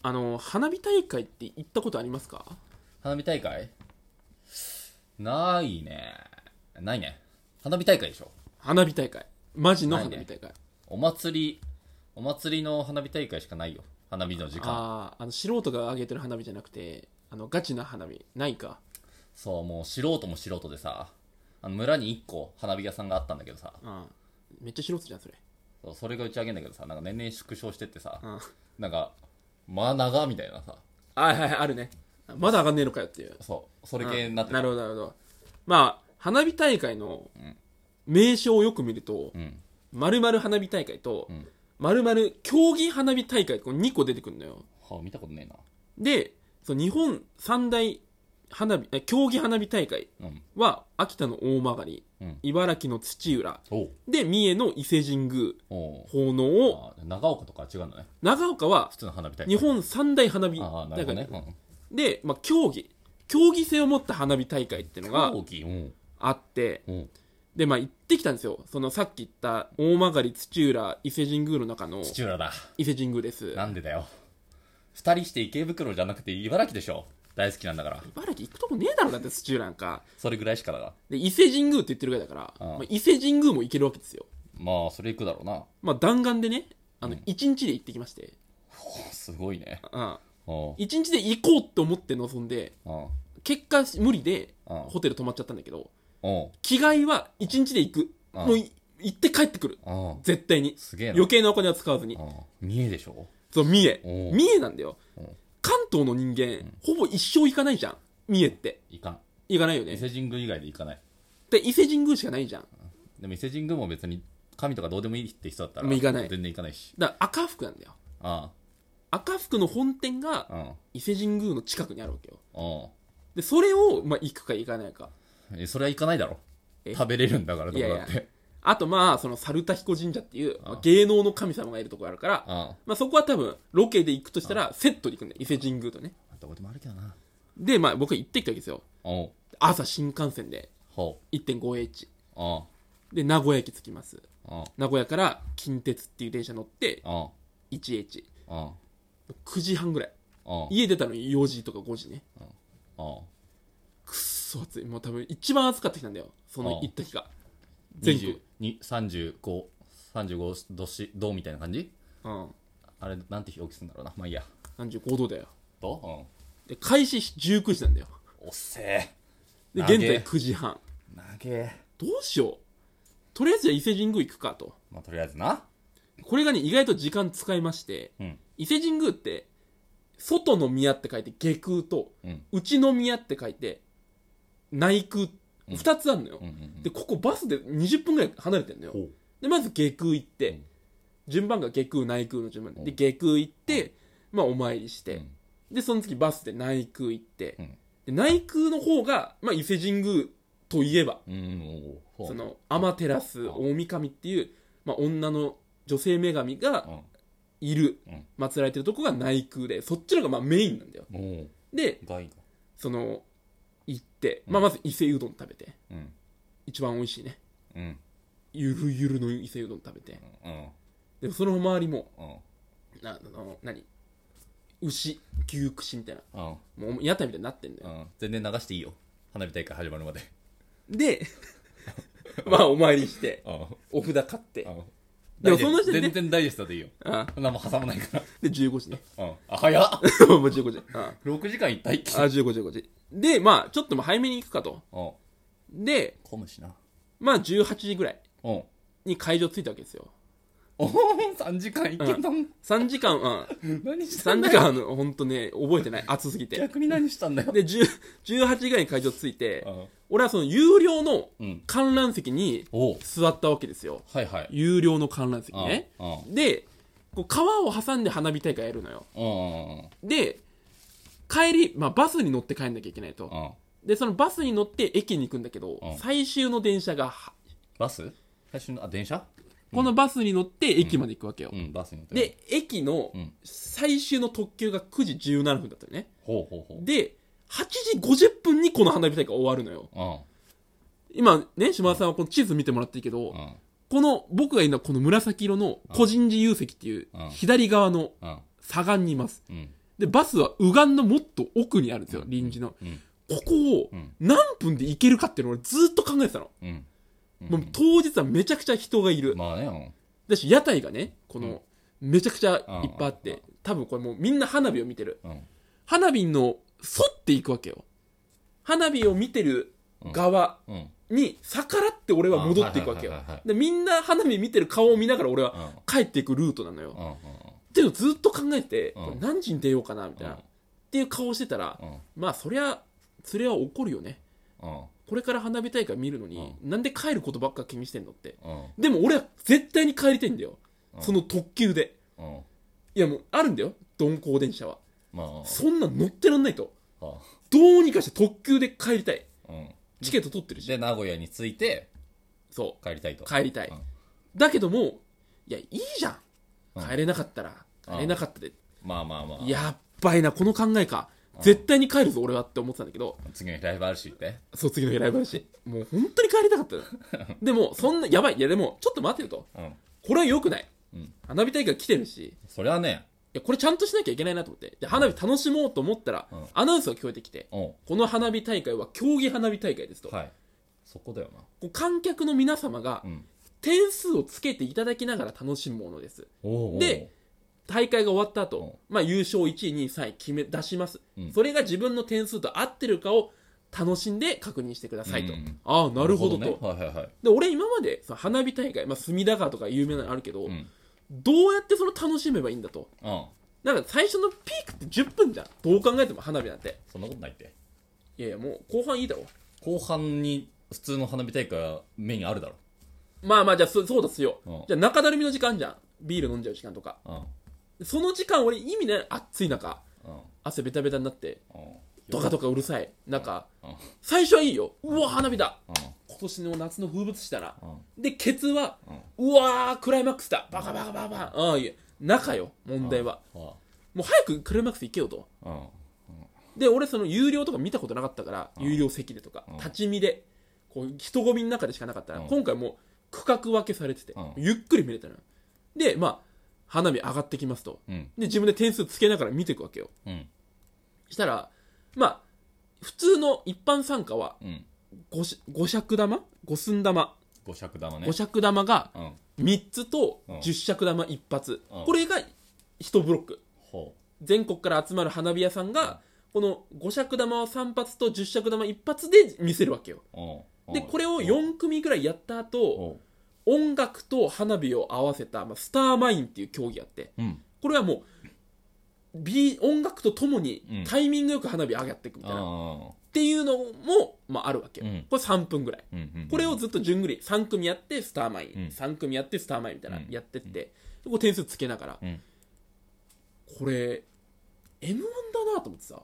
花火大会って行ったことありますか？ 花火大会ないね。ないね。花火大会でしょ。 花火大会。マジの花火大会。 お祭りの花火大会しかないよ。花火の時間。 素人が上げてる花火じゃなくて、ガチな花火。ないか。 そう、もう素人も素人でさ、村に1個花火屋さんがあったんだけどさ、 めっちゃ素人じゃん、それ。 それが打ち上げんだけどさ、なんか年々縮小してってさ、 うん。 なんか、長みたいなさ、 はいはい、あるね。まだ上がんねえのかよっていう。 そう、それ系になってた。 なるほど、なるほど。まあ、花火大会の名称をよく見ると、 うん。 〇〇花火大会とうん。 〇〇競技花火大会、この2個出てくるのよ。 はあ、見たことねえな。 で、日本三大競技花火大会うん。 は、秋田の大曲、 うん。 茨城の土浦、 おう。 で、三重の伊勢神宮、 おう。 奉納を、 長岡とかは違うんだね。 長岡は普通の花火大会。 日本三大花火ああ、な大会、 るほどね。 で、競技性を持った花火大会っていうのが競技、うん。 あって、 うん。 で、行ってきたんですよ。さっき言った大曲、土浦、伊勢神宮の中の土浦だ。 伊勢神宮です。 なんでだよ。二人して池袋じゃなくて茨城でしょ。大好きなんだから。 茨城行くとこねえだろ、だって土浦なんか。 それぐらいしかだな。 で、伊勢神宮って言ってるぐらいだから、 うん伊勢神宮も行けるわけですよ。 まあ、それ行くだろうな。 弾丸でね、 うん 1日で行ってきまして、 すごいね。 うんおう。 1日で行こうって思って臨んで、 おう。 結果無理でうんホテル泊まっちゃったんだけど、 おう。 着替えは1日で行く。 うんもう行って帰ってくる。 おう。 絶対に。 すげえな。 余計なお金は使わずに。 おう。三重でしょ。 そう、三重。 おう。 三重なんだようん。 関東の人間、ほぼ一生行かないじゃん。三重って。 いかん。 行かないよね。 伊勢神宮以外で行かない。 で、伊勢神宮しかないじゃん。 でも伊勢神宮も別に神とかどうでもいいって人だったらもう行かない全然行かないし。 だから赤福なんだよ。 あ赤福の本店があ。うん。 伊勢神宮の近くにあるわけよ。 おう。 で、それを、行くか行かないか。 それは行かないだろ。 え食べれるんだから、どこだっいやいて。 あと猿田彦神社っていう、 あ芸能の神様がいるところがあるから、 あそこは多分、ロケで行くとしたら、セットで行くんだよ。伊勢神宮とね。 どこでもあるけどな。 で、僕は行ってきたわけですよ。 おう。 朝新幹線で、 ほ 1.5H。 う。おう。 で、名古屋駅着きます。 おう。 名古屋から近鉄っていう電車乗って、 おう。 1H。 おう。 9時半ぐらい。 おう。 家出たの4時とか5時ね。 おう。 くっそ暑い。もう多分一番暑かった日なんだよ。その行った日が。全国。 35度みたいな感じ。 うん。 あれなんて表記するんだろうな。まあいいや。 35度だよ。 とで、開始19時なんだよ。 おっせえ。 で、 長え現在9時半。 長え。 どうしよう。とりあえずじゃあ伊勢神宮行くかと。 まあとりあえずな。 これがね、意外と時間使いまして、 うん。 伊勢神宮って、外の宮って書いて下宮と、 うん。 内の宮って書いて、内宮、2つあるのよ。 うん。 で、ここバスで20分ぐらい離れてるのよ。 ほう。 で、まず下宮行って、 うん順番が下宮、内宮の順番で、 うん下宮行って、お参りして、 うんで、その次バスで内宮行って、 うんで内宮の方が、伊勢神宮といえば、 うん。おう。 その、天照大神っていう、女の女性女神がうん。 いる、 うん。 祀られてるとこが内宮で、そっちのがメインなんだよ。 おう。 で、 がいいか。 行って、 うんまず伊勢うどん食べて、 うん。 一番美味しいね。 うん。 ゆるゆるの伊勢うどん食べて、 うん。 で、その周りも、 うん。 牛、牛串みたいな、 うん。 もう屋台みたいになってんだよ。 全然流していいよ。花火大会始まるまで。 で、お参りして、 うん。 お札買って、 うん。 でもその時点で全然ダイジェストでいいよ。 あ何も挟まないかで、15時ね。 ら。うん。あ、早っ。 もう15時。 6時間いった一気に。 15時。で、ちょっと早めに行くかと。 うん。 で、 混むしな。 18時ぐらいうん。 に会場着いたわけですよ。 おー、3時間いけたん。 3時間、 何したん 3 だよ。 時間、ほんとね、覚えてない。暑すぎて。 逆に何したんだよ。 で、18時ぐらいに会場着いて、 うん。 俺はその有料のうん。 観覧席におう。 座ったわけですよ。 はいはい。 有料の観覧席ね。 うん。 で、こう川を挟んで花火大会やるのよ。 うん。 で、帰り、バスに乗って帰んなきゃいけないと。 うん。 で、そのバスに乗って駅に行くんだけど、 うん最終の電車が、 バス最初の、電車このバスに乗って駅まで行くわけよ。 バスに乗って。、 で、駅のうん。 最終の特急が9時17分だったよね。 ほうほうほう。 で、8時50分にこの花火大会終わるのよ。 うん。 今ね、島田さんはこの地図見てもらっていいけど、 うん。 この僕がいるのはこの紫色の個人自由席っていううん左側のうん。 左岸にいます。 うん。 でバスは右岸のもっと奥にあるんですよ、臨時の、ここを何分で行けるかっていうのを俺ずっと考えてたの、もう当日はめちゃくちゃ人がいる、 まあね、 だし屋台がねこの、めちゃくちゃいっぱいあって、多分これもうみんな花火を見てる、花火の沿っていくわけよ。花火を見てる側に逆らって俺は戻っていくわけよ。でみんな花火見てる顔を見ながら俺は帰っていくルートなのよ。っていうのをずっと考えて、これ何時に出ようかなみたいな、っていう顔してたら、まあそれは怒るよね。これから花火大会見るのに、なんで帰ることばっか気にしてんのって。でも俺は絶対に帰りたいんだよ。その特急で。いやもうあるんだよ、鈍行電車は。そんな乗ってらんないと。どうにかして特急で帰りたい。チケット取ってるし。 で、名古屋に着いて、 そう。 帰りたいと。 帰りたい。だけども、いや、いいじゃん。帰れなかったら、帰れなかったで。 まあ。 やっばいな、この考えか。絶対に帰るぞ、俺はって思ってたんだけど。 次の日ライブあるしって。 そう、次の日ライブあるし。もう本当に帰りたかったの。でも、そんな、やばい。いや、でも、ちょっと待ってよと。これは良くない。花火大会来てるし。 それはね。 いやこれちゃんとしなきゃいけないなと思って、で花火楽しもうと思ったら、アナウンスが聞こえてきて、この花火大会は競技花火大会ですと、 そこだよな。 観客の皆様が点数をつけていただきながら楽しむものです。で大会が終わった後、優勝1位2位3位出します、それが自分の点数と合ってるかを楽しんで確認してくださいと、ああなるほどと、で俺今まで花火大会、隅田川とか有名なのあるけど、どうやってその楽しめばいいんだと。なんか最初のピークって10分じゃん。どう考えても花火なんて。 そんなことないって。 いやいやもう後半いいだろ。 後半に普通の花火大会はメインあるだろ。 まあじゃあそうですよ。じゃあ中だるみの時間じゃん。ビール飲んじゃう時間とか。その時間俺意味ない暑い中、汗ベタベタになって、ドカドカうるさい中、最初はいいよ。うわ花火だ。今年の夏の風物詩だな、でケツは、うわークライマックスだバカバカバカバカ、いや中よ問題は、もう早くクライマックス行けよと、で俺その有料とか見たことなかったから、有料席でとか、立ち見でこう人混みの中でしかなかったら、今回もう区画分けされてて、ゆっくり見れたのよ。で花火上がってきますと、で自分で点数つけながら見ていくわけよ、したら普通の一般参加は、五尺玉五寸玉五尺玉ね、 五尺玉が3つと10尺玉1発、これが1ブロック、全国から集まる花火屋さんがこの5尺玉を3発と10尺玉1発で見せるわけよ。でこれを4組ぐらいやった後、音楽と花火を合わせた、スターマインっていう競技があって、これはもう音楽とともにタイミングよく花火上がっていくみたいな、っていうのも、あるわけよ、これ3分ぐらい、これをずっと順繰り3組やってスターマイン、3組やってスターマインみたいなやってって、こう点数つけながら、これ M1 だなと思ってさ。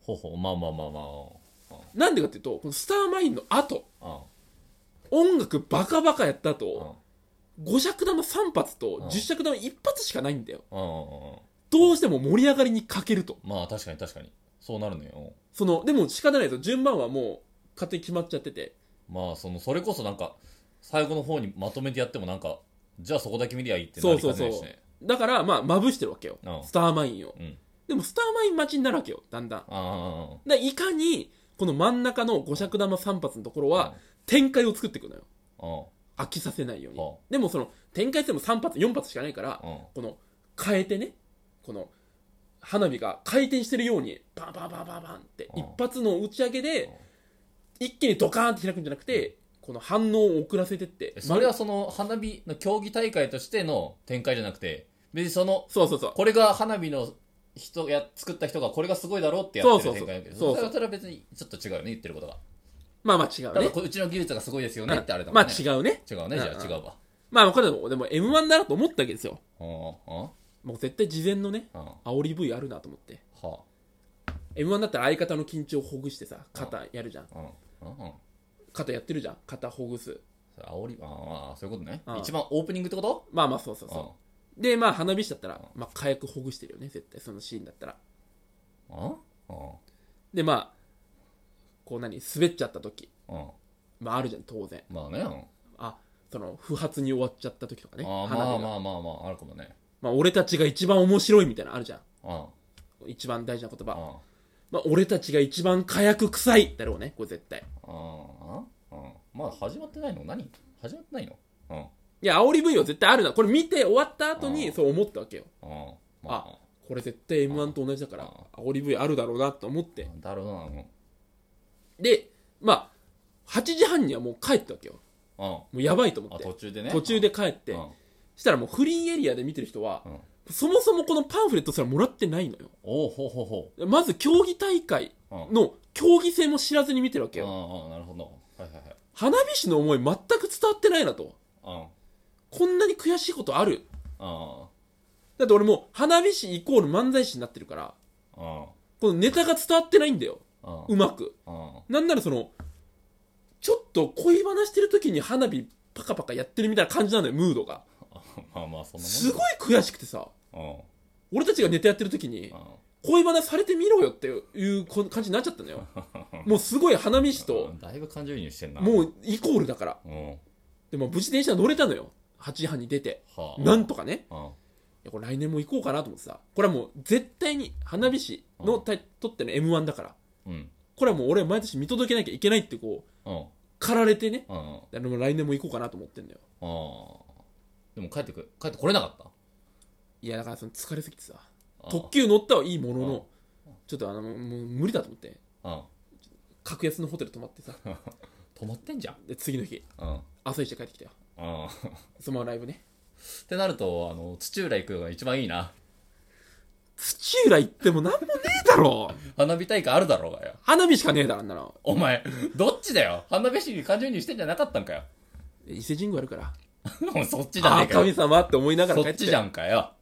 なんでかっていうと、このスターマインの後、音楽バカバカやった後、5尺玉3発と10尺玉1発しかないんだよ。どうしても盛り上がりに欠けると。 確かにそうなるのよ。 でも仕方ないと、順番はもう勝手に決まっちゃってて、 それこそなんか最後の方にまとめてやってもなんか、じゃあそこだけ見りゃいいってなりかねないしね。 だからまぶしてるわけよ、スターマインを、でもスターマイン待ちになるわけよ、だんだん。いかにこの真ん中の5尺玉3発のところは展開を作っていくのよ、飽きさせないように。でもその展開しても3発4発しかないから、この変えてね、この花火が回転してるようにバンバンバンバンバンって一発の打ち上げで一気にドカーンって開くんじゃなくて、この反応を遅らせてって。 それはその花火の競技大会としての展開じゃなくて、別にそうこれが花火の作った人がこれがすごいだろうってやってる展開だけど、それは別にちょっと違うよね、言ってることが。 違うね。 うちの技術がすごいですよねってあれだもんね。 違うね。 じゃあ違うわ。 これでも M1 だなと思ったわけですよ。もう絶対事前のね、煽り V あるなと思って。M1 だったら相方の緊張をほぐしてさ、肩やるじゃん。肩やってるじゃん。肩ほぐす。 煽り、そういうことね。一番オープニングってこと？ そう。で花火師だったら火薬ほぐしてるよね、絶対そのシーンだったら。でこう滑っちゃった時、あるじゃん当然。その不発に終わっちゃった時とかね。 あるかもね。 俺たちが一番面白いみたいなのあるじゃん。 一番大事な言葉。まあ、俺たちが一番火薬臭いだろうね、これ絶対。 まだ始まってないの？何始まってないの？ いや、煽り V は絶対あるな。これ見て終わった後にそう思ったわけよ。これ絶対 M1 と同じだから、煽り V あるだろうなと思って。 だろうな。 で、まあ、8時半にはもう帰ったわけよ。もうやばいと思って。 途中でね。 途中で帰って。したらもうフリーエリアで見てる人は、そもそもこのパンフレットすらもらってないのよ。まず競技大会の競技性も知らずに見てるわけよ。 なるほど。 花火師の思い全く伝わってないなと。こんなに悔しいことある？だって俺もう花火師イコール漫才師になってるから、このネタが伝わってないんだよ。うまく。なんならその、ちょっと恋話してる時に花火パカパカやってるみたいな感じなのよ、ムードが。すごい悔しくてさ、俺たちがネタやってる時に、恋話されてみろよっていう感じになっちゃったのよ。もうすごい花見師と、 だいぶ感情移入してんな。 もうイコールだから。でも無事電車乗れたのよ。8時半に出て。なんとかね。いやこれ来年も行こうかなと思ってさ。これはもう絶対に花火師のとっての M1 だから。これはもう俺は毎年見届けなきゃいけないってこう、駆られてね。来年も行こうかなと思ってんだよ。 でも帰ってこれなかった？ いやだからその疲れすぎてさ、特急乗ったはいいものの、ちょっともう無理だと思って、格安のホテル泊まってさ泊まってんじゃん。 で次の日、朝一で帰ってきたよ。そのままライブね。 ってなると土浦行くのが一番いいな。 土浦行ってもなんもねえだろ花火大会あるだろうがよ。 花火しかねえだろあんなの。 お前どっちだよ。花火師に感情移入してんじゃなかったんかよ。 伊勢神宮あるからもうそっちじゃねえかよ。 神様って思いながら帰ってそっちじゃんかよ。